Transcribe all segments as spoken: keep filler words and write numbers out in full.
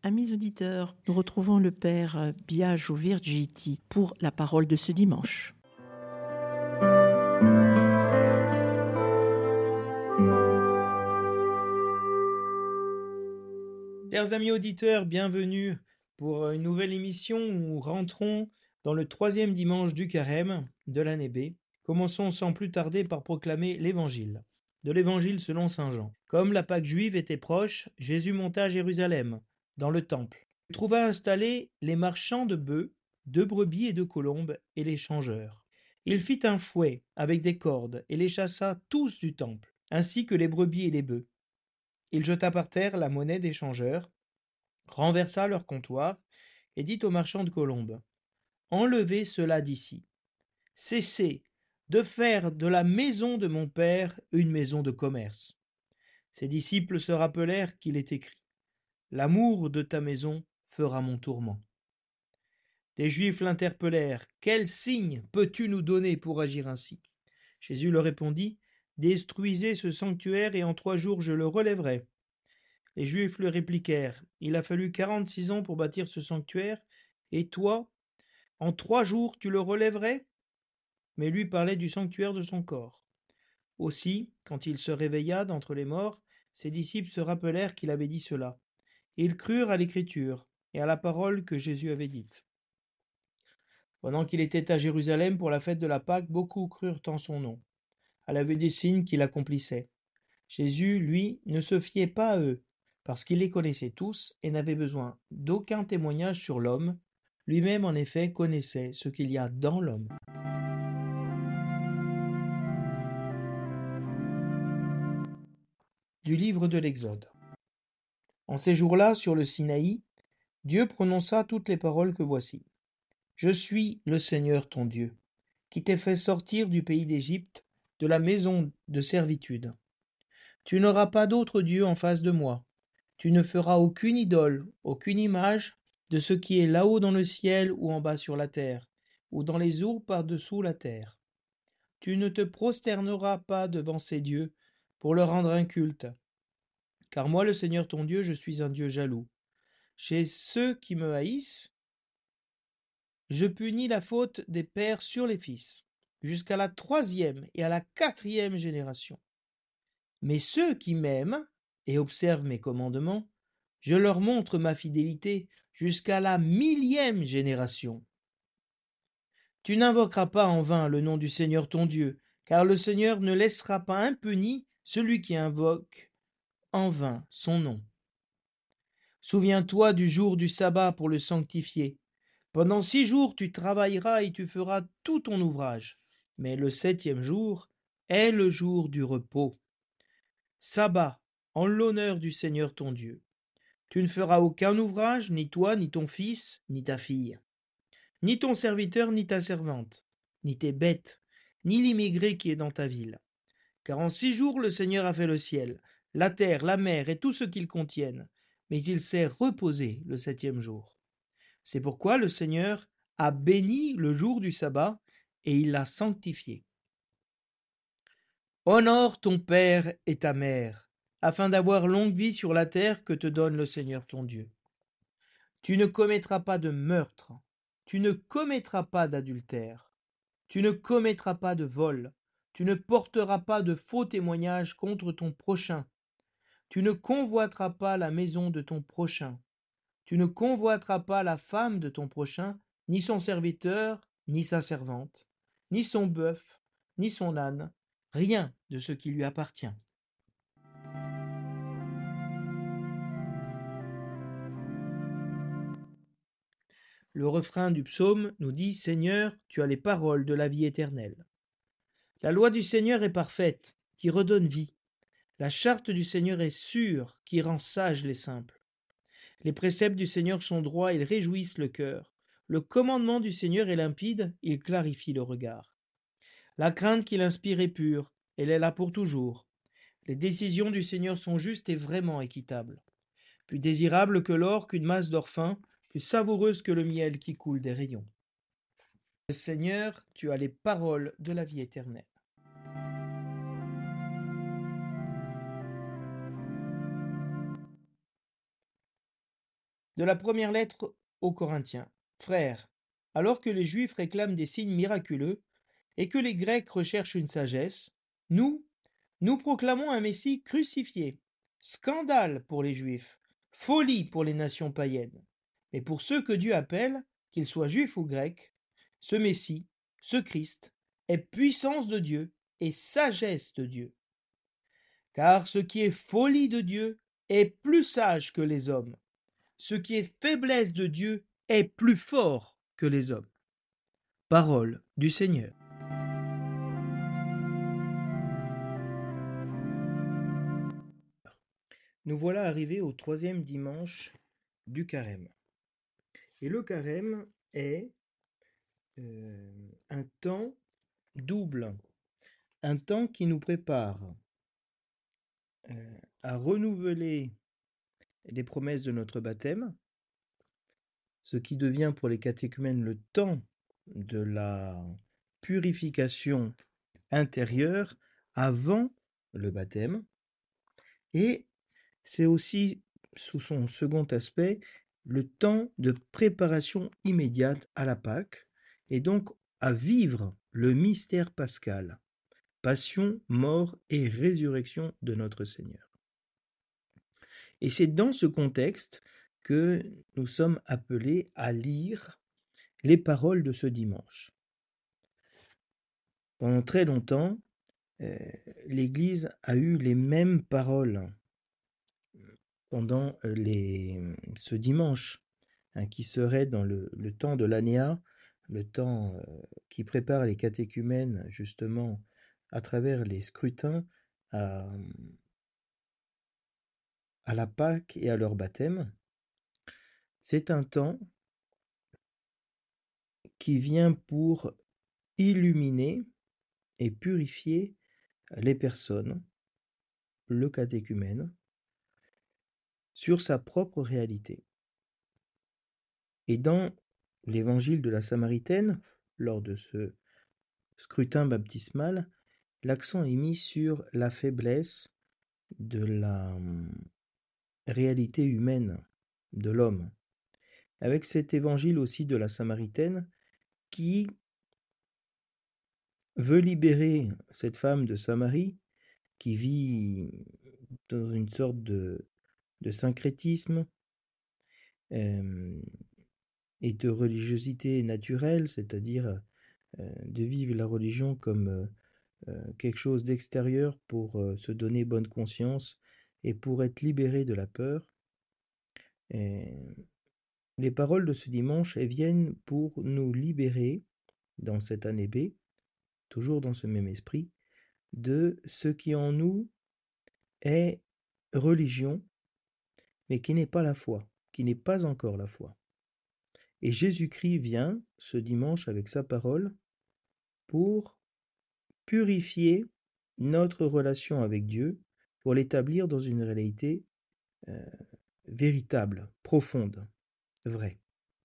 Amis auditeurs, nous retrouvons le Père Biagio Virgiti pour la parole de ce dimanche. Chers amis auditeurs, bienvenue pour une nouvelle émission où nous rentrons dans le troisième dimanche du carême de l'année B. Commençons sans plus tarder par proclamer l'évangile. De l'évangile selon saint Jean. Comme la Pâque juive était proche, Jésus monta à Jérusalem, dans le temple. Il trouva installés les marchands de bœufs, de brebis et de colombes, et les changeurs. Il fit un fouet avec des cordes et les chassa tous du temple, ainsi que les brebis et les bœufs. Il jeta par terre la monnaie des changeurs, renversa leur comptoir, et dit aux marchands de colombes : « Enlevez cela d'ici. Cessez de faire de la maison de mon Père une maison de commerce. » Ses disciples se rappelèrent qu'il est écrit : « L'amour de ta maison fera mon tourment. » Des Juifs l'interpellèrent : « Quel signe peux-tu nous donner pour agir ainsi ?» Jésus leur répondit : « Détruisez ce sanctuaire et en trois jours je le relèverai. » Les Juifs lui répliquèrent : « Il a fallu quarante-six ans pour bâtir ce sanctuaire, et toi, en trois jours tu le relèverais ?» Mais lui parlait du sanctuaire de son corps. Aussi, quand il se réveilla d'entre les morts, ses disciples se rappelèrent qu'il avait dit cela. Ils crurent à l'écriture et à la parole que Jésus avait dite. Pendant qu'il était à Jérusalem pour la fête de la Pâque, beaucoup crurent en son nom, à la vue des signes qu'il accomplissait. Jésus, lui, ne se fiait pas à eux, parce qu'il les connaissait tous et n'avait besoin d'aucun témoignage sur l'homme. Lui-même, en effet, connaissait ce qu'il y a dans l'homme. Du livre de l'Exode. En ces jours-là, sur le Sinaï, Dieu prononça toutes les paroles que voici. « Je suis le Seigneur ton Dieu, qui t'ai fait sortir du pays d'Égypte, de la maison de servitude. Tu n'auras pas d'autre Dieu en face de moi. Tu ne feras aucune idole, aucune image de ce qui est là-haut dans le ciel ou en bas sur la terre, ou dans les eaux par-dessous la terre. Tu ne te prosterneras pas devant ces dieux pour leur rendre un culte. Car moi, le Seigneur ton Dieu, je suis un Dieu jaloux. Chez ceux qui me haïssent, je punis la faute des pères sur les fils, jusqu'à la troisième et à la quatrième génération. Mais ceux qui m'aiment et observent mes commandements, je leur montre ma fidélité jusqu'à la millième génération. Tu n'invoqueras pas en vain le nom du Seigneur ton Dieu, car le Seigneur ne laissera pas impuni celui qui invoque en vain son nom. Souviens-toi du jour du sabbat pour le sanctifier. Pendant six jours tu travailleras et tu feras tout ton ouvrage, mais le septième jour est le jour du repos. Sabbat, en l'honneur du Seigneur ton Dieu. Tu ne feras aucun ouvrage, ni toi, ni ton fils, ni ta fille, ni ton serviteur, ni ta servante, ni tes bêtes, ni l'immigré qui est dans ta ville. Car en six jours le Seigneur a fait le ciel, la terre, la mer et tout ce qu'ils contiennent, mais il s'est reposé le septième jour. C'est pourquoi le Seigneur a béni le jour du sabbat et il l'a sanctifié. Honore ton père et ta mère, afin d'avoir longue vie sur la terre que te donne le Seigneur ton Dieu. Tu ne commettras pas de meurtre, tu ne commettras pas d'adultère, tu ne commettras pas de vol, tu ne porteras pas de faux témoignages contre ton prochain, tu ne convoiteras pas la maison de ton prochain, tu ne convoiteras pas la femme de ton prochain, ni son serviteur, ni sa servante, ni son bœuf, ni son âne, rien de ce qui lui appartient. Le refrain du psaume nous dit « Seigneur, tu as les paroles de la vie éternelle ». La loi du Seigneur est parfaite, qui redonne vie. La charte du Seigneur est sûre, qui rend sages les simples. Les préceptes du Seigneur sont droits, ils réjouissent le cœur. Le commandement du Seigneur est limpide, il clarifie le regard. La crainte qu'il inspire est pure, elle est là pour toujours. Les décisions du Seigneur sont justes et vraiment équitables. Plus désirables que l'or, qu'une masse d'or fin, plus savoureuse que le miel qui coule des rayons. Le Seigneur, tu as les paroles de la vie éternelle. de la première lettre aux Corinthiens. Frères, alors que les Juifs réclament des signes miraculeux et que les Grecs recherchent une sagesse, nous, nous proclamons un Messie crucifié, scandale pour les Juifs, folie pour les nations païennes. Mais pour ceux que Dieu appelle, qu'ils soient Juifs ou Grecs, ce Messie, ce Christ, est puissance de Dieu et sagesse de Dieu. Car ce qui est folie de Dieu est plus sage que les hommes. Ce qui est faiblesse de Dieu est plus fort que les hommes. Parole du Seigneur. Nous voilà arrivés au troisième dimanche du carême. Et le carême est euh, un temps double, un temps qui nous prépare euh, à renouveler les promesses de notre baptême, ce qui devient pour les catéchumènes le temps de la purification intérieure avant le baptême, et c'est aussi, sous son second aspect, le temps de préparation immédiate à la Pâque, et donc à vivre le mystère pascal, passion, mort et résurrection de notre Seigneur. Et c'est dans ce contexte que nous sommes appelés à lire les paroles de ce dimanche. Pendant très longtemps, euh, l'Église a eu les mêmes paroles pendant les, ce dimanche, hein, qui serait dans le, le temps de l'Anéa, le temps euh, qui prépare les catéchumènes justement à travers les scrutins à, à la Pâque et à leur baptême. C'est un temps qui vient pour illuminer et purifier les personnes, le catéchumène, sur sa propre réalité. Et dans l'évangile de la Samaritaine, lors de ce scrutin baptismal, l'accent est mis sur la faiblesse de la hum, réalité humaine de l'homme. Avec cet évangile aussi de la Samaritaine qui veut libérer cette femme de Samarie qui vit dans une sorte de, de syncrétisme euh, et de religiosité naturelle, c'est-à-dire euh, de vivre la religion comme euh, euh, quelque chose d'extérieur pour euh, se donner bonne conscience et pour être libéré de la peur. Et les paroles de ce dimanche, elles viennent pour nous libérer dans cette année B, toujours dans ce même esprit, de ce qui en nous est religion, mais qui n'est pas la foi, qui n'est pas encore la foi. Et Jésus-Christ vient ce dimanche avec sa parole pour purifier notre relation avec Dieu, pour l'établir dans une réalité euh, véritable, profonde, vraie.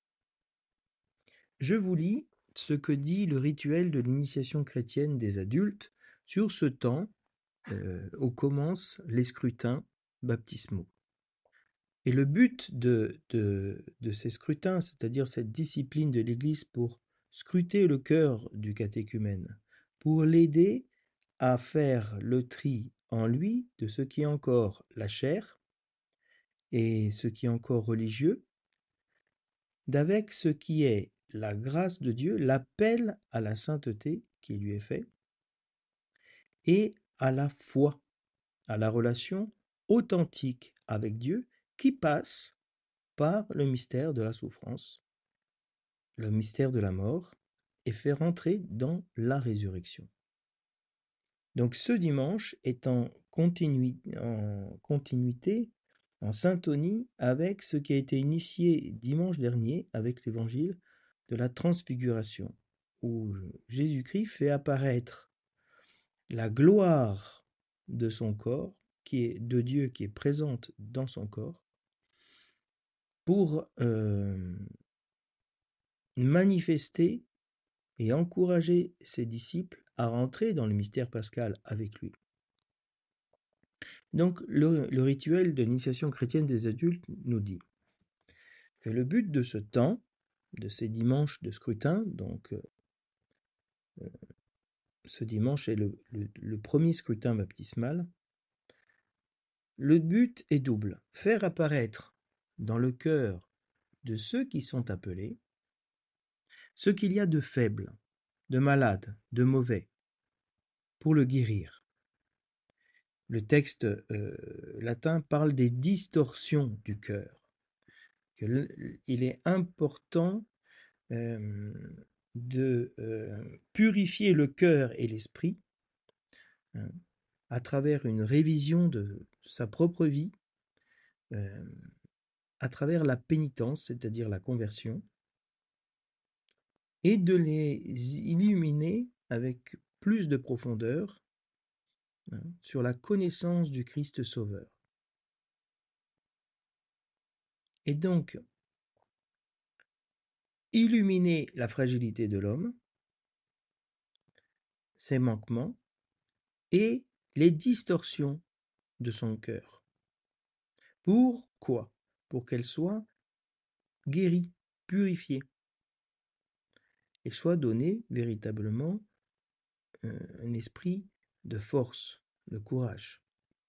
Je vous lis ce que dit le rituel de l'initiation chrétienne des adultes sur ce temps euh, où commencent les scrutins baptismaux. Et le but de, de, de ces scrutins, c'est-à-dire cette discipline de l'Église pour scruter le cœur du catéchumène, pour l'aider à faire le tri en lui de ce qui est encore la chair et ce qui est encore religieux, d'avec ce qui est la grâce de Dieu, l'appel à la sainteté qui lui est fait, et à la foi, à la relation authentique avec Dieu qui passe par le mystère de la souffrance, le mystère de la mort, et fait rentrer dans la résurrection. Donc ce dimanche est en, continu, en continuité, en syntonie avec ce qui a été initié dimanche dernier avec l'évangile de la transfiguration, où Jésus-Christ fait apparaître la gloire de son corps, qui est de Dieu, qui est présente dans son corps, pour euh, manifester et encourager ses disciples à rentrer dans le mystère pascal avec lui. Donc le, le rituel de l'initiation chrétienne des adultes nous dit: que le but de ce temps, de ces dimanches de scrutin, donc euh, ce dimanche est le, le, le premier scrutin baptismal, le but est double, faire apparaître dans le cœur de ceux qui sont appelés ce qu'il y a de faible, de malade, de mauvais, pour le guérir. Le texte euh, latin parle des distorsions du cœur. Que il est important euh, de euh, purifier le cœur et l'esprit hein, à travers une révision de sa propre vie, euh, à travers la pénitence, c'est-à-dire la conversion, et de les illuminer avec plus de profondeur hein, sur la connaissance du Christ Sauveur. Et donc, illuminer la fragilité de l'homme, ses manquements et les distorsions de son cœur. Pourquoi ? Pour qu'elle soit guérie, purifiée, et soit donné véritablement un esprit de force, de courage.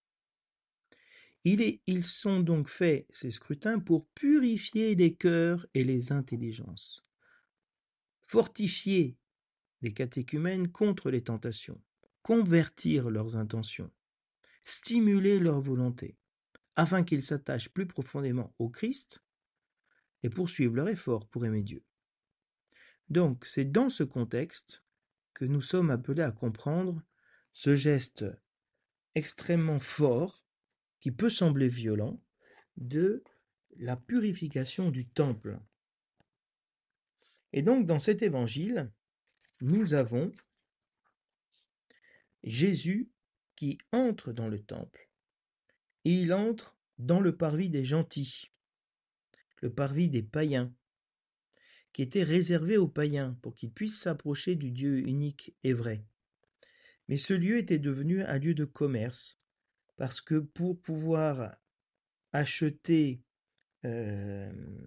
Il est, ils sont donc faits, ces scrutins, pour purifier les cœurs et les intelligences, fortifier les catéchumènes contre les tentations, convertir leurs intentions, stimuler leur volonté, afin qu'ils s'attachent plus profondément au Christ et poursuivent leur effort pour aimer Dieu. Donc, c'est dans ce contexte que nous sommes appelés à comprendre ce geste extrêmement fort, qui peut sembler violent, de la purification du temple. Et donc, dans cet évangile, nous avons Jésus qui entre dans le temple. Et il entre dans le parvis des gentils, le parvis des païens, qui était réservé aux païens pour qu'ils puissent s'approcher du Dieu unique et vrai. Mais ce lieu était devenu un lieu de commerce, parce que pour pouvoir acheter, euh,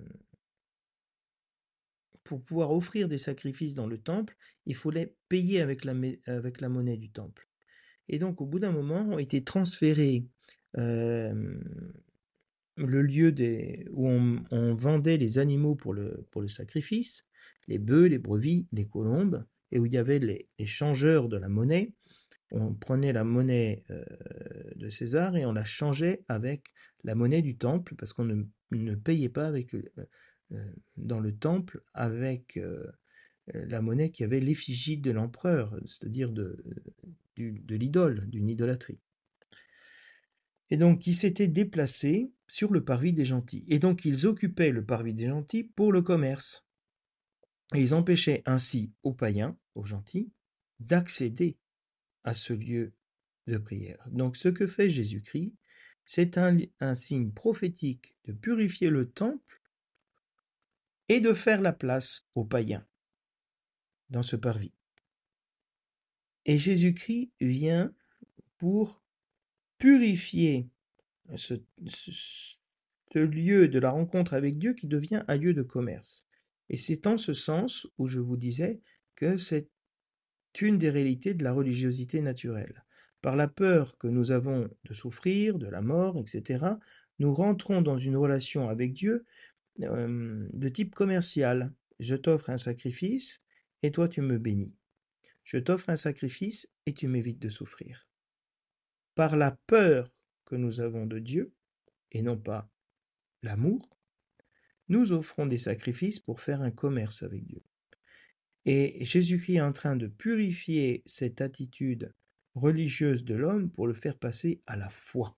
pour pouvoir offrir des sacrifices dans le temple, il fallait payer avec la, avec la monnaie du temple. Et donc, au bout d'un moment, ont été transférés euh, le lieu des, où on, on vendait les animaux pour le, pour le sacrifice, les bœufs, les brebis, les colombes, et où il y avait les, les changeurs de la monnaie. On prenait la monnaie euh, de César et on la changeait avec la monnaie du temple, parce qu'on ne, ne payait pas avec, euh, euh, dans le temple avec euh, la monnaie qui avait l'effigie de l'empereur, c'est-à-dire de, de, de l'idole, d'une idolâtrie. Et donc, ils s'étaient déplacés sur le parvis des gentils. Et donc, ils occupaient le parvis des gentils pour le commerce. Et ils empêchaient ainsi aux païens, aux gentils, d'accéder à ce lieu de prière. Donc, ce que fait Jésus-Christ, c'est un, un signe prophétique de purifier le temple et de faire la place aux païens dans ce parvis. Et Jésus-Christ vient pour purifier ce, ce, ce lieu de la rencontre avec Dieu qui devient un lieu de commerce. Et c'est en ce sens où je vous disais que c'est une des réalités de la religiosité naturelle. Par la peur que nous avons de souffrir, de la mort, et cetera, nous rentrons dans une relation avec Dieu euh, de type commercial. Je t'offre un sacrifice et toi tu me bénis. Je t'offre un sacrifice et tu m'évites de souffrir. Par la peur que nous avons de Dieu, et non pas l'amour, nous offrons des sacrifices pour faire un commerce avec Dieu. Et Jésus-Christ est en train de purifier cette attitude religieuse de l'homme pour le faire passer à la foi.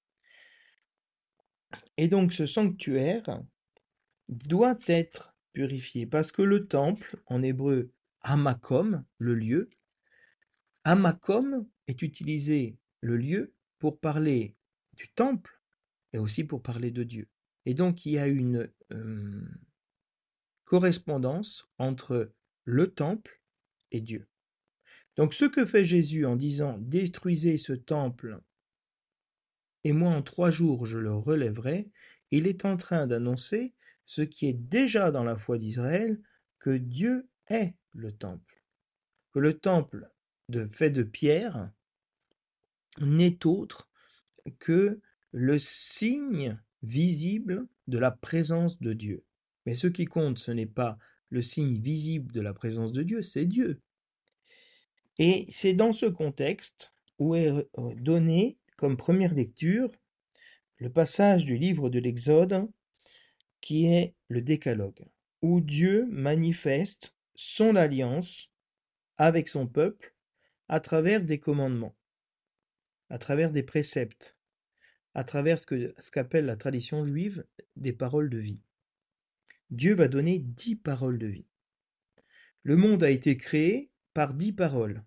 Et donc ce sanctuaire doit être purifié parce que le temple, en hébreu hamakom, le lieu, hamakom est utilisé, le lieu, pour parler du temple et aussi pour parler de Dieu. Et donc il y a une euh, correspondance entre le temple et Dieu. Donc ce que fait Jésus en disant « Détruisez ce temple et moi en trois jours je le relèverai », il est en train d'annoncer ce qui est déjà dans la foi d'Israël, que Dieu est le temple. Que le temple de, fait de pierre n'est autre que le signe visible de la présence de Dieu. Mais ce qui compte, ce n'est pas le signe visible de la présence de Dieu, c'est Dieu. Et c'est dans ce contexte où est donné comme première lecture le passage du livre de l'Exode qui est le Décalogue, où Dieu manifeste son alliance avec son peuple à travers des commandements, à travers des préceptes, à travers ce que, ce qu'appelle la tradition juive des paroles de vie. Dieu va donner dix paroles de vie. Le monde a été créé par dix paroles.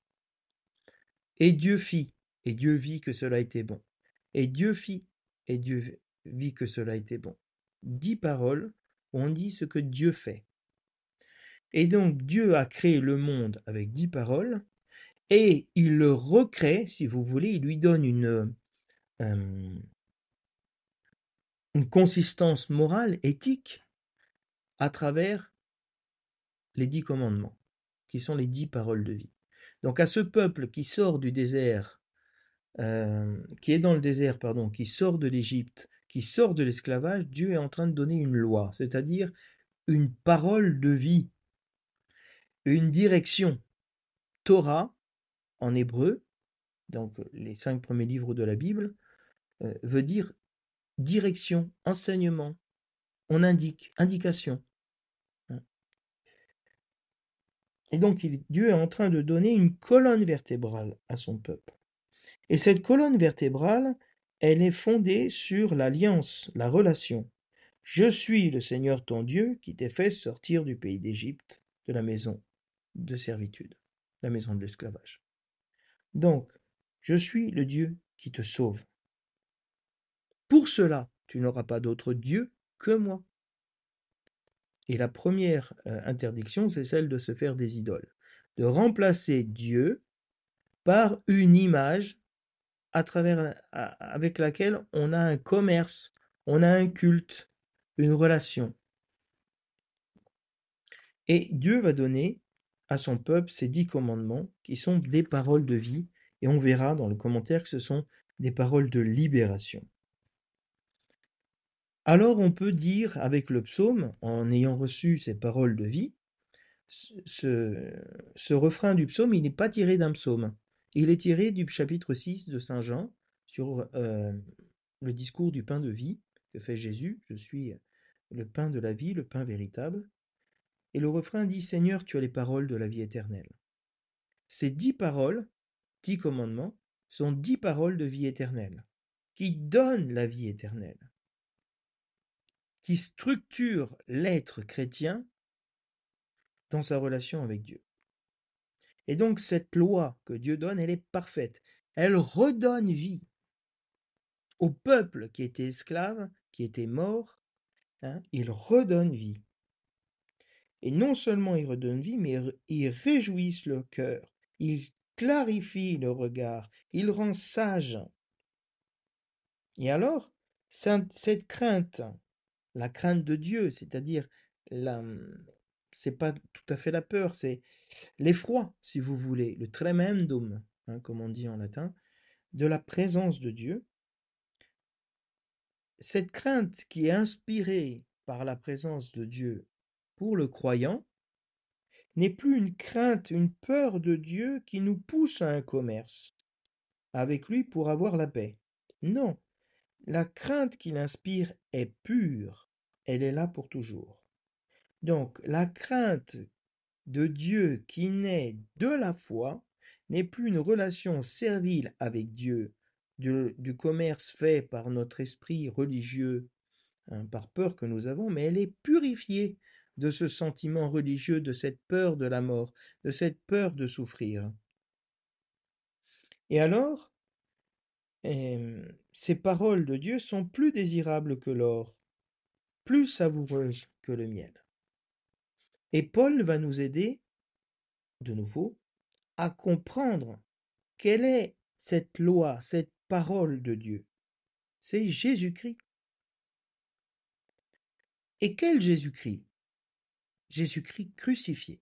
Et Dieu fit, et Dieu vit que cela était bon. Et Dieu fit, et Dieu vit que cela était bon. Dix paroles où on dit ce que Dieu fait. Et donc Dieu a créé le monde avec dix paroles, et il le recrée, si vous voulez, il lui donne une, euh, une consistance morale, éthique, à travers les dix commandements, qui sont les dix paroles de vie. Donc à ce peuple qui sort du désert, euh, qui est dans le désert, pardon, qui sort de l'Égypte, qui sort de l'esclavage, Dieu est en train de donner une loi, c'est-à-dire une parole de vie, une direction. Torah, en hébreu, donc les cinq premiers livres de la Bible, euh, veut dire direction, enseignement, on indique, indication. Et donc il, Dieu est en train de donner une colonne vertébrale à son peuple. Et cette colonne vertébrale, elle est fondée sur l'alliance, la relation. Je suis le Seigneur ton Dieu qui t'ai fait sortir du pays d'Égypte, de la maison de servitude, la maison de l'esclavage. Donc, je suis le Dieu qui te sauve. Pour cela, tu n'auras pas d'autre Dieu que moi. Et la première euh, interdiction, c'est celle de se faire des idoles, de remplacer Dieu par une image à travers, à, avec laquelle on a un commerce, on a un culte, une relation. Et Dieu va donner à son peuple ces dix commandements qui sont des paroles de vie, et on verra dans le commentaire que ce sont des paroles de libération. Alors on peut dire avec le psaume, en ayant reçu ces paroles de vie, ce, ce refrain du psaume, il n'est pas tiré d'un psaume. Il est tiré du chapitre six de Saint Jean sur euh, le discours du pain de vie que fait Jésus. Je suis le pain de la vie, le pain véritable. Et le refrain dit « Seigneur, tu as les paroles de la vie éternelle ». Ces dix paroles, dix commandements, sont dix paroles de vie éternelle, qui donnent la vie éternelle, qui structurent l'être chrétien dans sa relation avec Dieu. Et donc cette loi que Dieu donne, elle est parfaite. Elle redonne vie au peuple qui était esclave, qui était mort. Hein, il redonne vie. Et non seulement il redonne vie, mais il réjouisse le cœur. Il clarifie le regard. Il rend sage. Et alors, cette crainte, la crainte de Dieu, c'est-à-dire, la, c'est pas tout à fait la peur, c'est l'effroi, si vous voulez, le tremendum, hein, comme on dit en latin, de la présence de Dieu. Cette crainte qui est inspirée par la présence de Dieu pour le croyant n'est plus une crainte, une peur de Dieu qui nous pousse à un commerce avec lui pour avoir la paix. Non, la crainte qu'il inspire est pure, elle est là pour toujours. Donc la crainte de Dieu qui naît de la foi n'est plus une relation servile avec Dieu, du, du commerce fait par notre esprit religieux, hein, par peur que nous avons, mais elle est purifiée de ce sentiment religieux, de cette peur de la mort, de cette peur de souffrir. Et alors, euh, ces paroles de Dieu sont plus désirables que l'or, plus savoureuses que le miel. Et Paul va nous aider, de nouveau, à comprendre quelle est cette loi, cette parole de Dieu. C'est Jésus-Christ. Et quel Jésus-Christ? Jésus-Christ crucifié.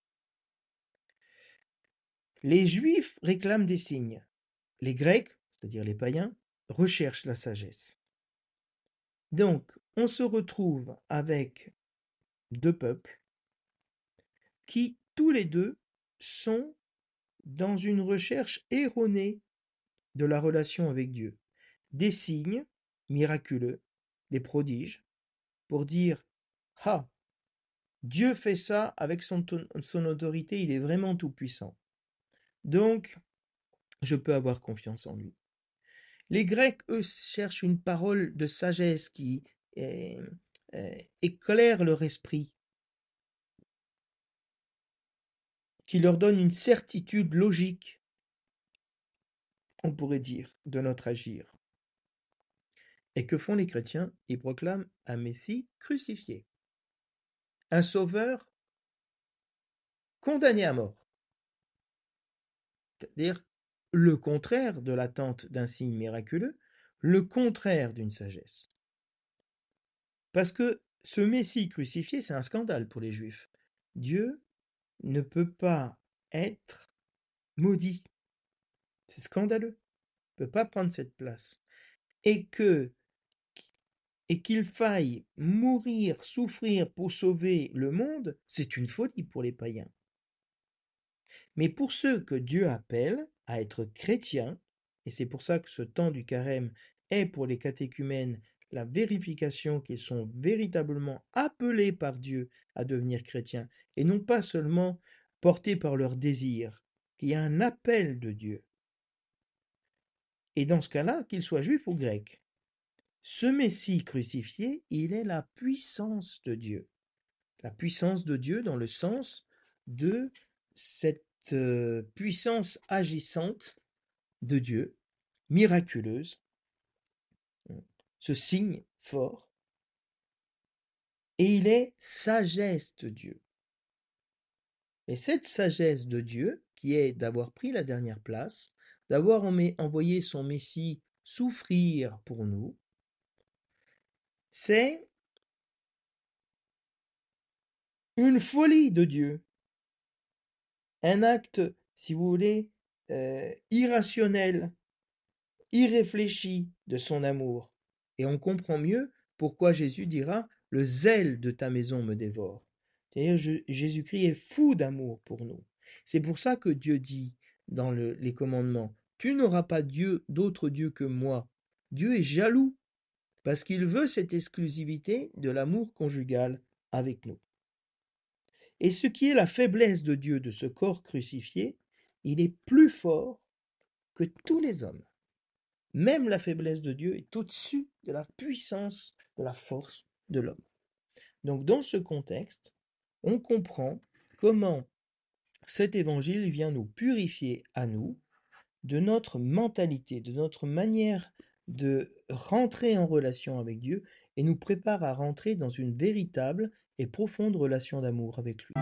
Les Juifs réclament des signes. Les Grecs, c'est-à-dire les païens, recherchent la sagesse. Donc, on se retrouve avec deux peuples qui, tous les deux, sont dans une recherche erronée de la relation avec Dieu. Des signes miraculeux, des prodiges, pour dire « Ah, Dieu fait ça avec son, son autorité, il est vraiment tout-puissant. Donc, je peux avoir confiance en lui. » Les Grecs, eux, cherchent une parole de sagesse qui eh, eh, éclaire leur esprit, qui leur donne une certitude logique, on pourrait dire, de notre agir. Et que font les chrétiens? Ils proclament un Messie crucifié, un sauveur condamné à mort. C'est-à-dire le contraire de l'attente d'un signe miraculeux, le contraire d'une sagesse. Parce que ce Messie crucifié, c'est un scandale pour les Juifs. Dieu ne peut pas être maudit. C'est scandaleux. Il ne peut pas prendre cette place. Et que et qu'il faille mourir, souffrir pour sauver le monde, c'est une folie pour les païens. Mais pour ceux que Dieu appelle à être chrétiens, et c'est pour ça que ce temps du carême est pour les catéchumènes la vérification qu'ils sont véritablement appelés par Dieu à devenir chrétiens, et non pas seulement portés par leur désir, qu'il y a un appel de Dieu. Et dans ce cas-là, qu'ils soient juifs ou grecs. Ce Messie crucifié, il est la puissance de Dieu. La puissance de Dieu dans le sens de cette euh, puissance agissante de Dieu, miraculeuse, ce signe fort, et il est sagesse de Dieu. Et cette sagesse de Dieu, qui est d'avoir pris la dernière place, d'avoir envoyé son Messie souffrir pour nous, c'est une folie de Dieu, un acte, si vous voulez, euh, irrationnel, irréfléchi de son amour. Et on comprend mieux pourquoi Jésus dira « le zèle de ta maison me dévore ». C'est-à-dire Jésus-Christ est fou d'amour pour nous. C'est pour ça que Dieu dit dans le, les commandements « tu n'auras pas Dieu, d'autre Dieu que moi ». Dieu est jaloux parce qu'il veut cette exclusivité de l'amour conjugal avec nous. Et ce qui est la faiblesse de Dieu de ce corps crucifié, il est plus fort que tous les hommes. Même la faiblesse de Dieu est au-dessus de la puissance, de la force de l'homme. Donc dans ce contexte, on comprend comment cet évangile vient nous purifier à nous de notre mentalité, de notre manière de rentrer en relation avec Dieu et nous prépare à rentrer dans une véritable et profonde relation d'amour avec lui.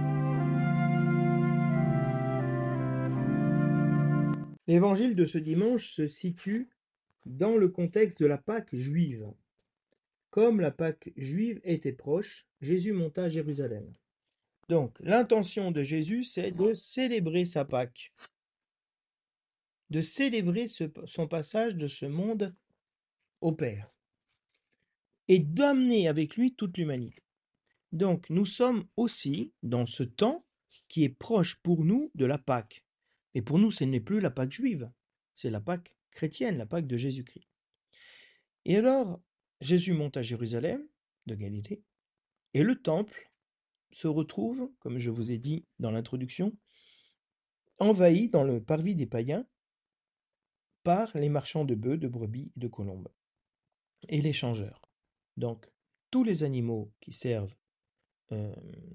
L'évangile de ce dimanche se situe dans le contexte de la Pâque juive. Comme la Pâque juive était proche, Jésus monta à Jérusalem. Donc, l'intention de Jésus, c'est de célébrer sa Pâque, de célébrer ce, son passage de ce monde au Père, et d'amener avec lui toute l'humanité. Donc, nous sommes aussi dans ce temps qui est proche pour nous de la Pâque. Et pour nous, ce n'est plus la Pâque juive, c'est la Pâque chrétienne, la Pâque de Jésus-Christ. Et alors, Jésus monte à Jérusalem, de Galilée, et le temple se retrouve, comme je vous ai dit dans l'introduction, envahi dans le parvis des païens par les marchands de bœufs, de brebis et de colombes, et les changeurs. Donc, tous les animaux qui servent euh,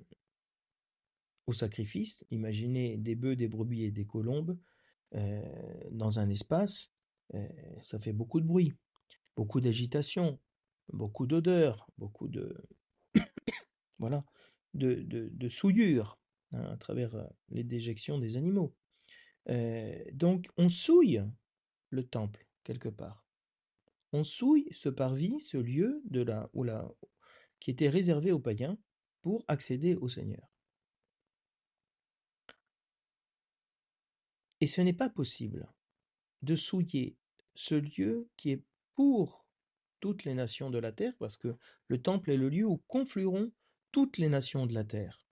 au sacrifice, imaginez des bœufs, des brebis et des colombes euh, dans un espace, euh, ça fait beaucoup de bruit, beaucoup d'agitation, beaucoup d'odeur, beaucoup de voilà, de, de, de souillure hein, à travers euh, les déjections des animaux. Euh, donc on souille le temple quelque part. On souille ce parvis, ce lieu de la, où la, qui était réservé aux païens pour accéder au Seigneur. Et ce n'est pas possible de souiller ce lieu qui est pour toutes les nations de la terre, parce que le temple est le lieu où conflueront toutes les nations de la terre.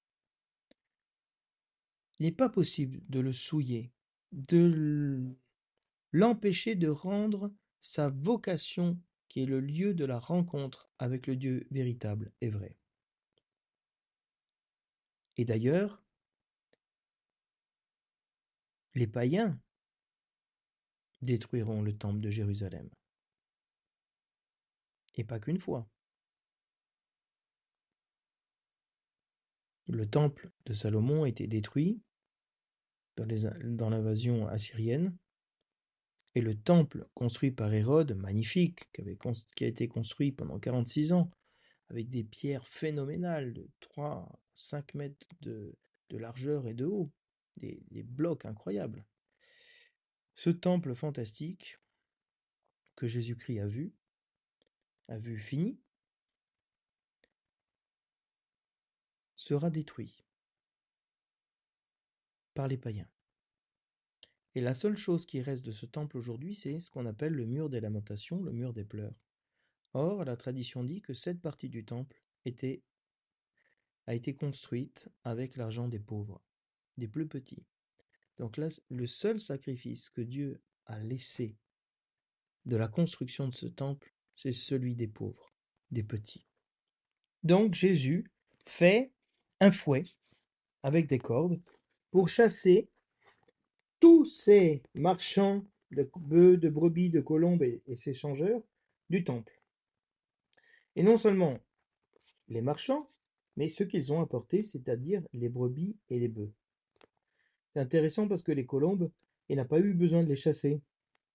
Il n'est pas possible de le souiller, de l'empêcher de rendre sa vocation, qui est le lieu de la rencontre avec le Dieu véritable et vrai. Et d'ailleurs, les païens détruiront le temple de Jérusalem. Et pas qu'une fois. Le temple de Salomon a été détruit dans, les, dans l'invasion assyrienne. Et le temple construit par Hérode, magnifique, qui, avait, qui a été construit pendant quarante-six ans, avec des pierres phénoménales de trois à cinq mètres de, de largeur et de haut, des, des blocs incroyables. Ce temple fantastique que Jésus-Christ a vu, a vu fini, sera détruit par les païens. Et la seule chose qui reste de ce temple aujourd'hui, c'est ce qu'on appelle le mur des lamentations, le mur des pleurs. Or, la tradition dit que cette partie du temple était, a été construite avec l'argent des pauvres, des plus petits. Donc là, le seul sacrifice que Dieu a laissé de la construction de ce temple, c'est celui des pauvres, des petits. Donc Jésus fait un fouet avec des cordes pour chasser tous ces marchands de bœufs, de brebis, de colombes et, et ces changeurs du temple. Et non seulement les marchands, mais ceux qu'ils ont apportés, c'est-à-dire les brebis et les bœufs. C'est intéressant parce que les colombes, il n'a pas eu besoin de les chasser.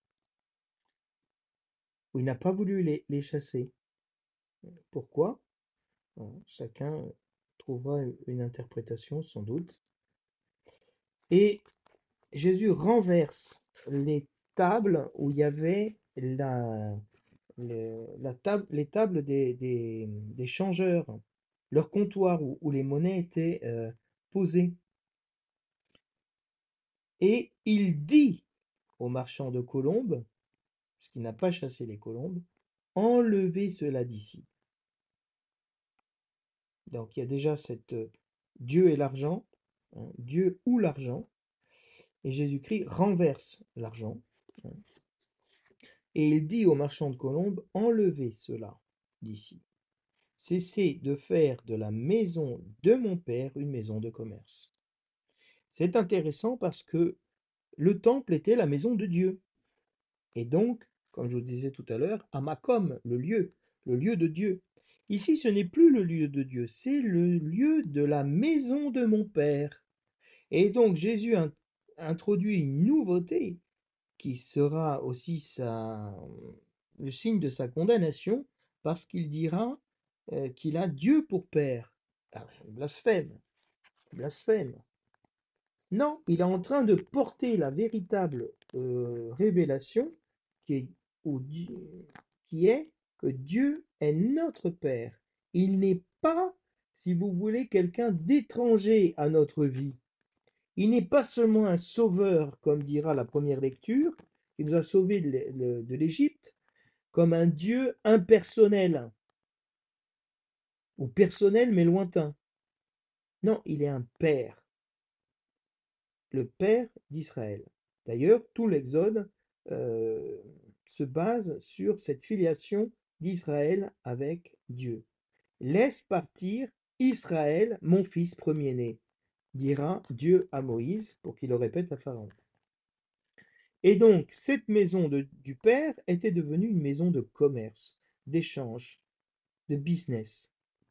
Ou il n'a pas voulu les, les chasser. Pourquoi? Bon, chacun trouvera une interprétation sans doute. Et Jésus renverse les tables où il y avait la, le, la table, les tables des, des, des changeurs, leur comptoir où, où les monnaies étaient euh, posées. Et il dit aux marchands de colombes, puisqu'il n'a pas chassé les colombes, enlevez cela d'ici. Donc il y a déjà cette euh, Dieu et l'argent, hein, Dieu ou l'argent, et Jésus-Christ renverse l'argent. Hein, et il dit aux marchands de colombes, enlevez cela d'ici. Cessez de faire de la maison de mon père une maison de commerce. C'est intéressant parce que le temple était la maison de Dieu. Et donc, comme je vous disais tout à l'heure, Amakom, le lieu, le lieu de Dieu. Ici, ce n'est plus le lieu de Dieu, c'est le lieu de la maison de mon Père. Et donc, Jésus introduit une nouveauté qui sera aussi sa, le signe de sa condamnation, parce qu'il dira euh, qu'il a Dieu pour Père. Ah, blasphème, blasphème. Non, il est en train de porter la véritable euh, révélation qui est, où Dieu, qui est que Dieu est notre Père. Il n'est pas, si vous voulez, quelqu'un d'étranger à notre vie. Il n'est pas seulement un sauveur, comme dira la première lecture, qui nous a sauvés de l'Égypte, comme un Dieu impersonnel, ou personnel mais lointain. Non, il est un Père, le Père d'Israël. D'ailleurs, tout l'Exode euh, se base sur cette filiation d'Israël avec Dieu. Laisse partir Israël, mon fils premier-né, dira Dieu à Moïse pour qu'il le répète à Pharaon. Et donc, cette maison de, du Père était devenue une maison de commerce, d'échange, de business.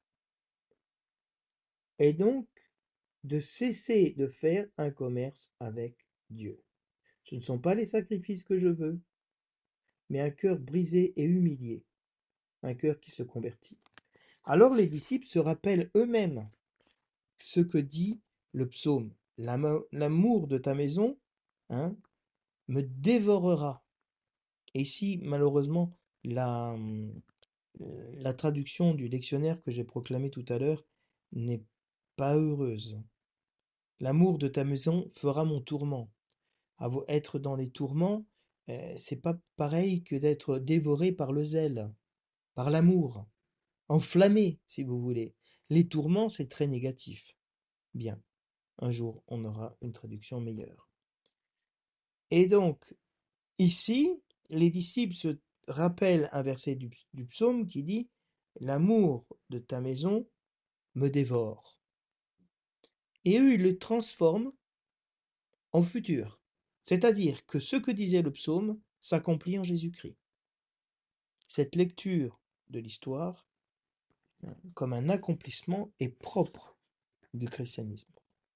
Et donc, de cesser de faire un commerce avec Dieu. Ce ne sont pas les sacrifices que je veux, mais un cœur brisé et humilié, un cœur qui se convertit. Alors les disciples se rappellent eux-mêmes ce que dit le psaume. L'amour de ta maison hein, me dévorera. Et ici, malheureusement, la, Euh, La traduction du dictionnaire que j'ai proclamé tout à l'heure n'est pas heureuse. L'amour de ta maison fera mon tourment. Avo- Être dans les tourments, euh, c'est pas pareil que d'être dévoré par le zèle, par l'amour, enflammé, si vous voulez. Les tourments, c'est très négatif. Bien, un jour, on aura une traduction meilleure. Et donc, ici, les disciples se rappellent un verset du, du psaume qui dit l'amour de ta maison me dévore. Et eux, ils le transforment en futur. C'est-à-dire que ce que disait le psaume s'accomplit en Jésus-Christ. Cette lecture de l'histoire, hein, comme un accomplissement, est propre du christianisme.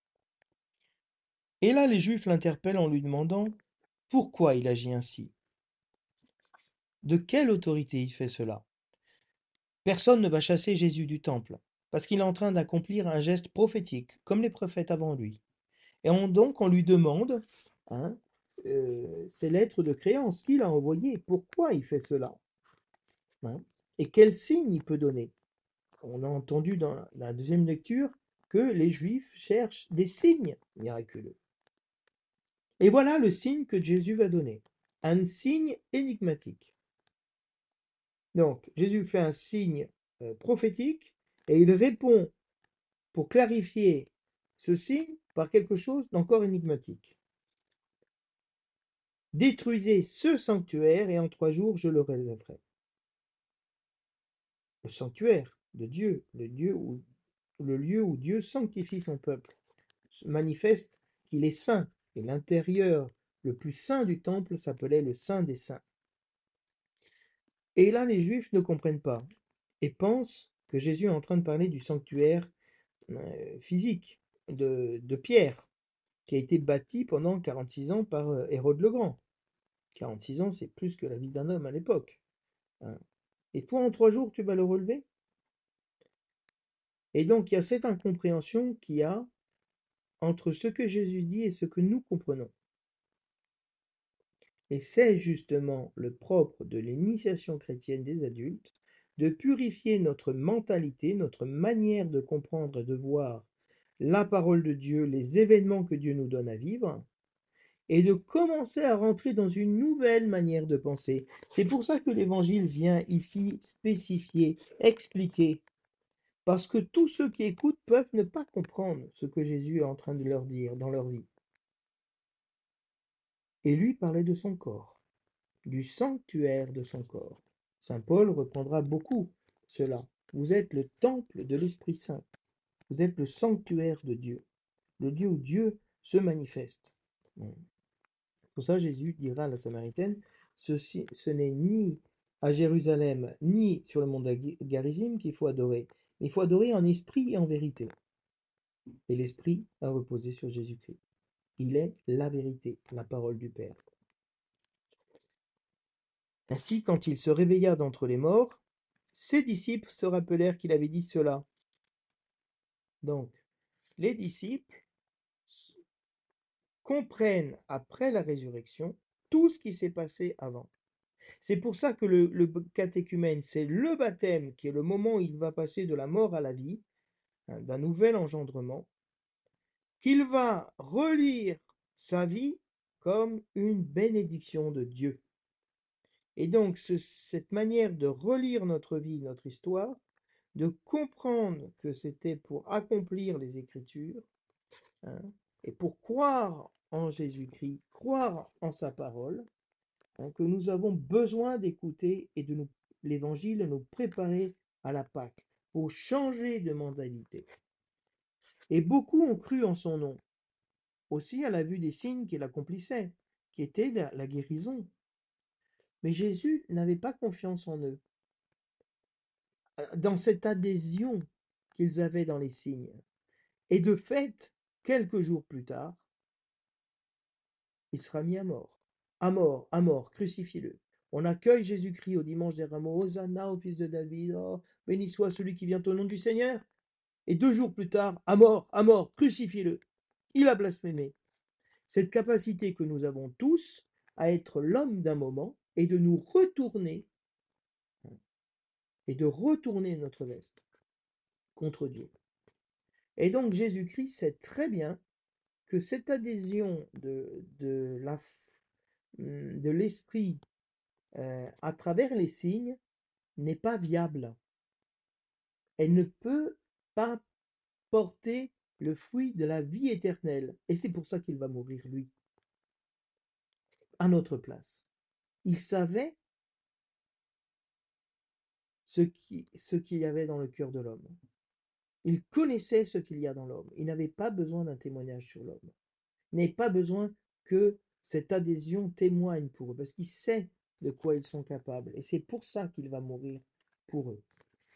Et là, les Juifs l'interpellent en lui demandant pourquoi il agit ainsi. De quelle autorité il fait cela? Personne ne va chasser Jésus du temple, parce qu'il est en train d'accomplir un geste prophétique, comme les prophètes avant lui. Et on, donc, on lui demande hein, euh, ces lettres de créance qu'il a envoyées. Pourquoi il fait cela hein, et quel signe il peut donner? On a entendu dans la deuxième lecture que les Juifs cherchent des signes miraculeux. Et voilà le signe que Jésus va donner. Un signe énigmatique. Donc, Jésus fait un signe euh, prophétique et il répond pour clarifier ce signe par quelque chose d'encore énigmatique. Détruisez ce sanctuaire et en trois jours je le relèverai. Le sanctuaire de Dieu, le, Dieu où, le lieu où Dieu sanctifie son peuple, manifeste qu'il est saint. Et l'intérieur le plus saint du temple s'appelait le Saint des Saints. Et là, les Juifs ne comprennent pas et pensent que Jésus est en train de parler du sanctuaire euh, physique de, de Pierre, qui a été bâti pendant quarante-six ans par euh, Hérode le Grand. quarante-six ans, c'est plus que la vie d'un homme à l'époque. Hein. Et toi, en trois jours, tu vas le relever? Et donc, il y a cette incompréhension qu'il y a entre ce que Jésus dit et ce que nous comprenons. Et c'est justement le propre de l'initiation chrétienne des adultes de purifier notre mentalité, notre manière de comprendre et de voir la parole de Dieu, les événements que Dieu nous donne à vivre, et de commencer à rentrer dans une nouvelle manière de penser. C'est pour ça que l'Évangile vient ici spécifier, expliquer, parce que tous ceux qui écoutent peuvent ne pas comprendre ce que Jésus est en train de leur dire dans leur vie. Et lui parlait de son corps, du sanctuaire de son corps. Saint Paul reprendra beaucoup cela. Vous êtes le temple de l'Esprit Saint. Vous êtes le sanctuaire de Dieu, le lieu où Dieu se manifeste. Pour ça, Jésus dira à la Samaritaine, ceci, ce n'est ni à Jérusalem, ni sur le mont Garizim qu'il faut adorer. Il faut adorer en esprit et en vérité. Et l'esprit a reposé sur Jésus-Christ. Il est la vérité, la parole du Père. Ainsi, quand il se réveilla d'entre les morts, ses disciples se rappelèrent qu'il avait dit cela. Donc, les disciples comprennent après la résurrection tout ce qui s'est passé avant. C'est pour ça que le, le catéchumène, c'est le baptême qui est le moment où il va passer de la mort à la vie, hein, d'un nouvel engendrement, qu'il va relire sa vie comme une bénédiction de Dieu. Et donc, ce, cette manière de relire notre vie, notre histoire, de comprendre que c'était pour accomplir les Écritures, hein, et pour croire en Jésus-Christ, croire en sa parole, hein, que nous avons besoin d'écouter et de nous, l'Évangile de nous préparer à la Pâque, pour changer de mentalité. Et beaucoup ont cru en son nom, aussi à la vue des signes qu'il accomplissait, qui étaient la, la guérison. Mais Jésus n'avait pas confiance en eux, dans cette adhésion qu'ils avaient dans les signes. Et de fait, quelques jours plus tard, il sera mis à mort. À mort, à mort, crucifiez-le. On accueille Jésus-Christ au dimanche des Rameaux, Hosanna au fils de David, oh, béni soit celui qui vient au nom du Seigneur. Et deux jours plus tard, à mort, à mort, crucifiez-le. Il a blasphémé. Cette capacité que nous avons tous à être l'homme d'un moment et de nous retourner et de retourner notre veste contre Dieu. Et donc Jésus-Christ sait très bien que cette adhésion de, de, la, de l'esprit euh, à travers les signes n'est pas viable. Elle ne peut pas porter le fruit de la vie éternelle. Et c'est pour ça qu'il va mourir, lui, à notre place. Il savait ce qui, ce qu'il y avait dans le cœur de l'homme. Il connaissait ce qu'il y a dans l'homme. Il n'avait pas besoin d'un témoignage sur l'homme. Il n'avait pas besoin que cette adhésion témoigne pour eux, parce qu'il sait de quoi ils sont capables. Et c'est pour ça qu'il va mourir pour eux.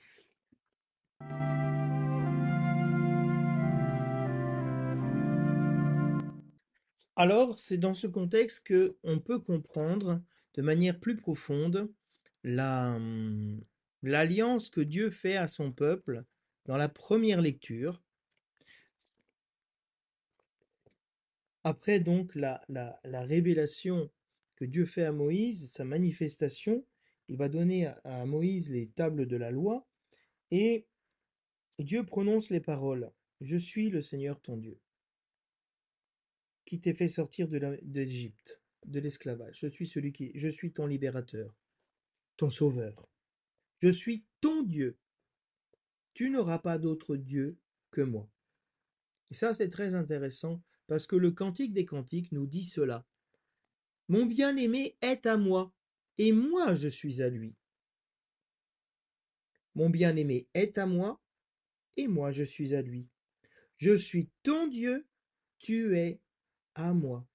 Alors, c'est dans ce contexte que on peut comprendre de manière plus profonde la, hum, l'alliance que Dieu fait à son peuple dans la première lecture. Après donc la, la, la révélation que Dieu fait à Moïse, sa manifestation, il va donner à, à Moïse les tables de la loi et Dieu prononce les paroles. Je suis le Seigneur ton Dieu, qui t'ai fait sortir de la- de l'Égypte, de l'esclavage. Je suis celui qui, je suis ton libérateur, ton sauveur. Je suis ton Dieu. Tu n'auras pas d'autre Dieu que moi. Et ça, c'est très intéressant parce que le Cantique des Cantiques nous dit cela. Mon bien-aimé est à moi, et moi je suis à lui. Mon bien-aimé est à moi, et moi je suis à lui. Je suis ton Dieu, tu es à moi.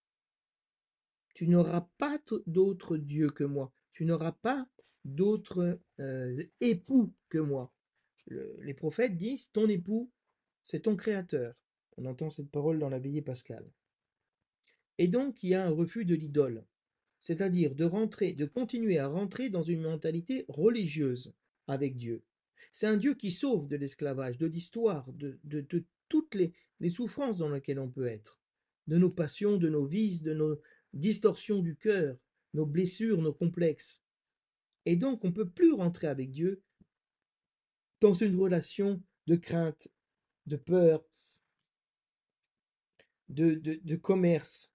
Tu n'auras pas d'autre Dieu que moi. Tu n'auras pas d'autre euh, époux que moi. Le, les prophètes disent, ton époux, c'est ton créateur. On entend cette parole dans la veillée pascale. Et donc, il y a un refus de l'idole, c'est-à-dire de rentrer, de continuer à rentrer dans une mentalité religieuse avec Dieu. C'est un Dieu qui sauve de l'esclavage, de l'histoire, de, de, de toutes les, les souffrances dans lesquelles on peut être, de nos passions, de nos vices, de nos distorsions du cœur, nos blessures, nos complexes. Et donc, on ne peut plus rentrer avec Dieu dans une relation de crainte, de peur, de, de, de commerce.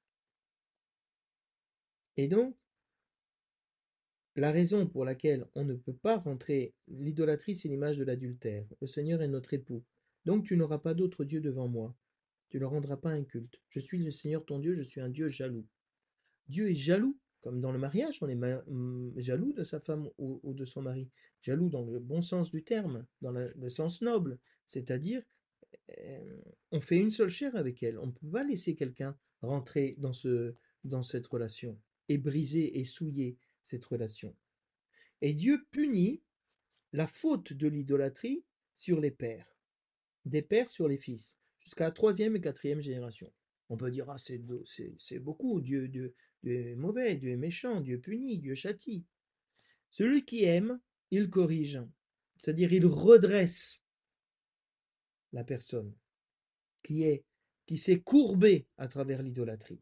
Et donc, la raison pour laquelle on ne peut pas rentrer, l'idolâtrie, c'est l'image de l'adultère. Le Seigneur est notre époux. Donc tu n'auras pas d'autre Dieu devant moi. Tu ne rendras pas un culte. Je suis le Seigneur ton Dieu, je suis un Dieu jaloux. Dieu est jaloux, comme dans le mariage, on est ma- hum, jaloux de sa femme ou, ou de son mari. Jaloux dans le bon sens du terme, dans le, le sens noble. C'est-à-dire, euh, on fait une seule chair avec elle. On ne peut pas laisser quelqu'un rentrer dans, ce, dans cette relation et briser et souiller cette relation. Et Dieu punit la faute de l'idolâtrie sur les pères, des pères sur les fils, jusqu'à la troisième et quatrième génération. On peut dire, ah, c'est, c'est, c'est beaucoup, Dieu, Dieu, Dieu est mauvais, Dieu est méchant, Dieu punit, Dieu châtie. Celui qui aime, il corrige, c'est-à-dire il redresse la personne qui est, qui s'est courbée à travers l'idolâtrie.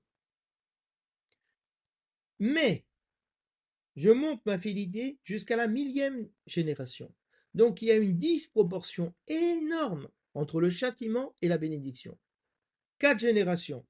Mais je monte ma fidélité jusqu'à la millième génération. Donc il y a une disproportion énorme entre le châtiment et la bénédiction. Quatre générations.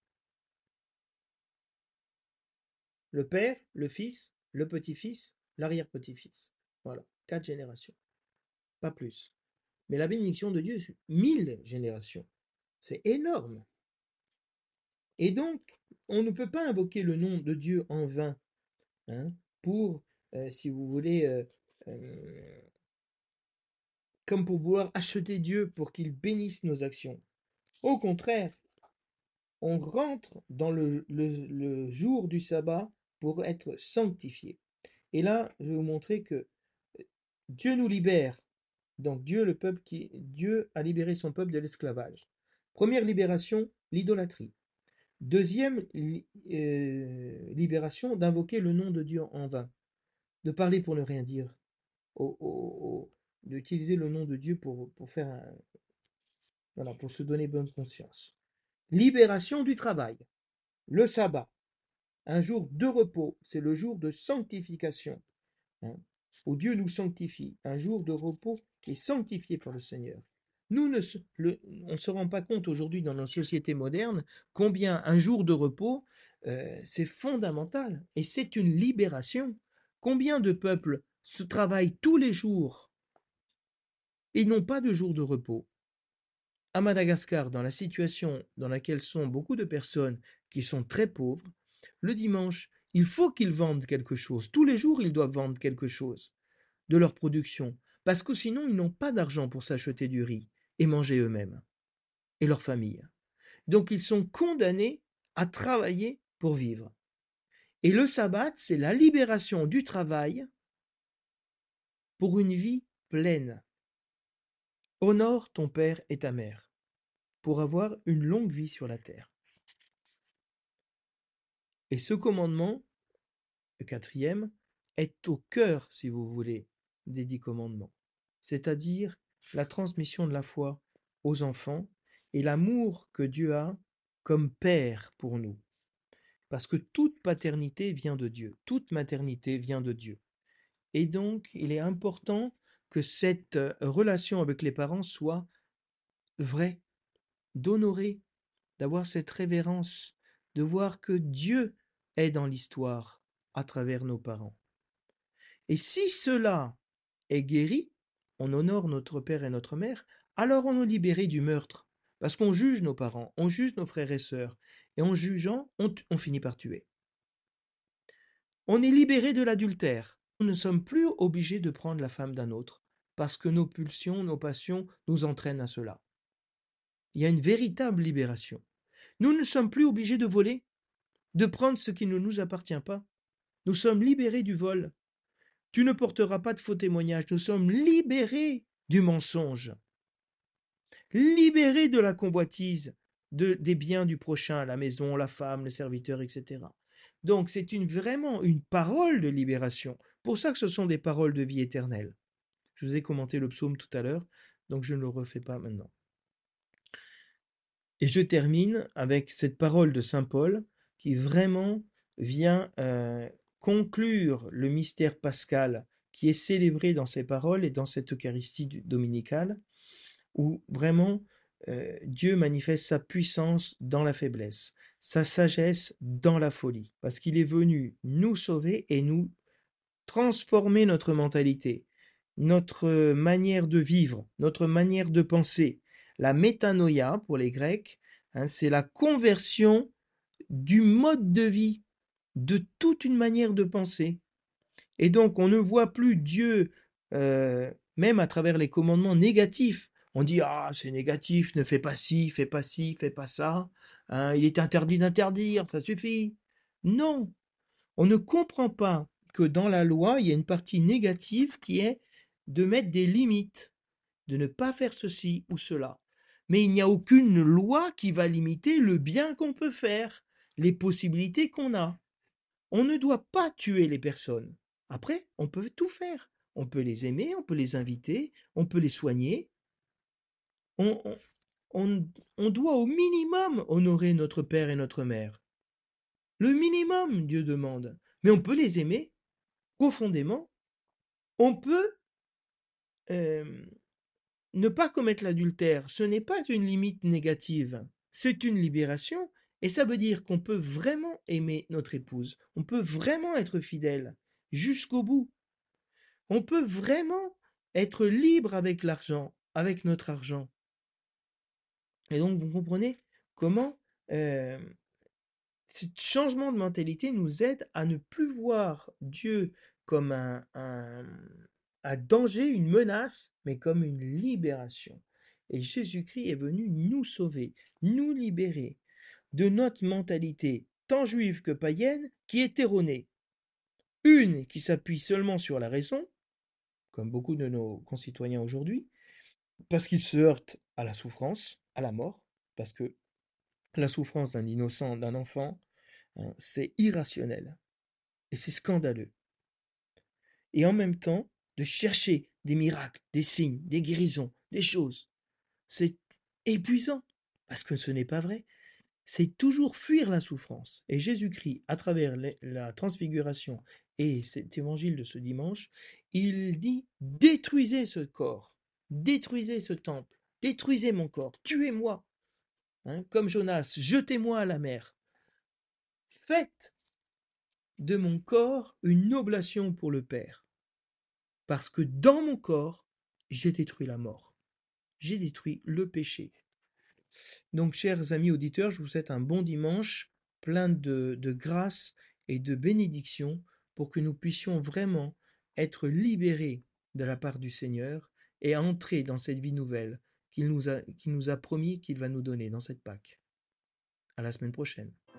Le père, le fils, le petit-fils, l'arrière-petit-fils. Voilà, quatre générations. Pas plus. Mais la bénédiction de Dieu, c'est mille générations. C'est énorme. Et donc, on ne peut pas invoquer le nom de Dieu en vain, hein, pour, euh, si vous voulez, euh, euh, comme pour vouloir acheter Dieu pour qu'il bénisse nos actions. Au contraire, on rentre dans le, le, le jour du sabbat pour être sanctifié. Et là, je vais vous montrer que Dieu nous libère. Donc Dieu, le peuple qui, Dieu a libéré son peuple de l'esclavage. Première libération, l'idolâtrie. Deuxième euh, libération, d'invoquer le nom de Dieu en vain, de parler pour ne rien dire, au, au, au, d'utiliser le nom de Dieu pour, pour faire un, voilà, pour se donner bonne conscience. Libération du travail, le sabbat, un jour de repos, c'est le jour de sanctification. Hein. où Dieu nous sanctifie, un jour de repos qui est sanctifié par le Seigneur. Nous ne se, le, on ne se rend pas compte aujourd'hui dans nos sociétés modernes combien un jour de repos, euh, c'est fondamental et c'est une libération. Combien de peuples se travaillent tous les jours et n'ont pas de jour de repos. À Madagascar, dans la situation dans laquelle sont beaucoup de personnes qui sont très pauvres, le dimanche, il faut qu'ils vendent quelque chose. Tous les jours, ils doivent vendre quelque chose de leur production, parce que sinon, ils n'ont pas d'argent pour s'acheter du riz et manger eux-mêmes et leur famille. Donc, ils sont condamnés à travailler pour vivre. Et le sabbat, c'est la libération du travail pour une vie pleine. Honore ton père et ta mère pour avoir une longue vie sur la terre. Et ce commandement, le quatrième, est au cœur, si vous voulez, des dix commandements, c'est-à-dire la transmission de la foi aux enfants et l'amour que Dieu a comme Père pour nous. Parce que toute paternité vient de Dieu, toute maternité vient de Dieu. Et donc, il est important que cette relation avec les parents soit vraie, d'honorer, d'avoir cette révérence, de voir que Dieu est dans l'histoire à travers nos parents. Et si cela est guéri, on honore notre père et notre mère, alors on est libéré du meurtre. Parce qu'on juge nos parents, on juge nos frères et sœurs, et en jugeant, on, on finit par tuer. On est libéré de l'adultère. Nous ne sommes plus obligés de prendre la femme d'un autre, parce que nos pulsions, nos passions nous entraînent à cela. Il y a une véritable libération. Nous ne sommes plus obligés de voler, de prendre ce qui ne nous appartient pas. Nous sommes libérés du vol. Tu ne porteras pas de faux témoignages. Nous sommes libérés du mensonge, libérés de la convoitise, de, des biens du prochain, la maison, la femme, le serviteur, et cetera. Donc c'est une, vraiment une parole de libération. Pour ça que ce sont des paroles de vie éternelle. Je vous ai commenté le psaume tout à l'heure, donc je ne le refais pas maintenant. Et je termine avec cette parole de saint Paul qui vraiment vient euh, conclure le mystère pascal qui est célébré dans ces paroles et dans cette Eucharistie dominicale, où vraiment euh, Dieu manifeste sa puissance dans la faiblesse, sa sagesse dans la folie, parce qu'il est venu nous sauver et nous transformer notre mentalité, notre manière de vivre, notre manière de penser. La métanoïa, pour les Grecs, hein, c'est la conversion du mode de vie, de toute une manière de penser. Et donc, on ne voit plus Dieu, euh, même à travers les commandements négatifs. On dit, ah, c'est négatif, ne fais pas ci, fais pas ci, fais pas ça. Hein, il est interdit d'interdire, ça suffit. Non, on ne comprend pas que dans la loi, il y a une partie négative qui est de mettre des limites, de ne pas faire ceci ou cela. Mais il n'y a aucune loi qui va limiter le bien qu'on peut faire, les possibilités qu'on a. On ne doit pas tuer les personnes. Après, on peut tout faire. On peut les aimer, on peut les inviter, on peut les soigner. On, on, on, on doit au minimum honorer notre père et notre mère. Le minimum, Dieu demande. Mais on peut les aimer profondément. On peut euh, ne pas commettre l'adultère. Ce n'est pas une limite négative. C'est une libération. Et ça veut dire qu'on peut vraiment aimer notre épouse. On peut vraiment être fidèle jusqu'au bout. On peut vraiment être libre avec l'argent, avec notre argent. Et donc, vous comprenez comment euh, ce changement de mentalité nous aide à ne plus voir Dieu comme un, un, un danger, une menace, mais comme une libération. Et Jésus-Christ est venu nous sauver, nous libérer de notre mentalité, tant juive que païenne, qui est erronée. Une qui s'appuie seulement sur la raison, comme beaucoup de nos concitoyens aujourd'hui, parce qu'ils se heurtent à la souffrance, à la mort, parce que la souffrance d'un innocent, d'un enfant, hein, c'est irrationnel et c'est scandaleux. Et en même temps, de chercher des miracles, des signes, des guérisons, des choses, c'est épuisant, parce que ce n'est pas vrai. C'est toujours fuir la souffrance. Et Jésus-Christ, à travers la transfiguration Et cet évangile de ce dimanche, il dit « Détruisez ce corps, détruisez ce temple, détruisez mon corps, tuez-moi, hein, comme Jonas, jetez-moi à la mer. Faites de mon corps une oblation pour le Père, parce que dans mon corps, j'ai détruit la mort, j'ai détruit le péché. » Donc, chers amis auditeurs, je vous souhaite un bon dimanche, plein de, de grâce et de bénédictions, pour que nous puissions vraiment être libérés de la part du Seigneur et entrer dans cette vie nouvelle qu'il nous a, qu'il nous a promis qu'il va nous donner dans cette Pâque. À la semaine prochaine.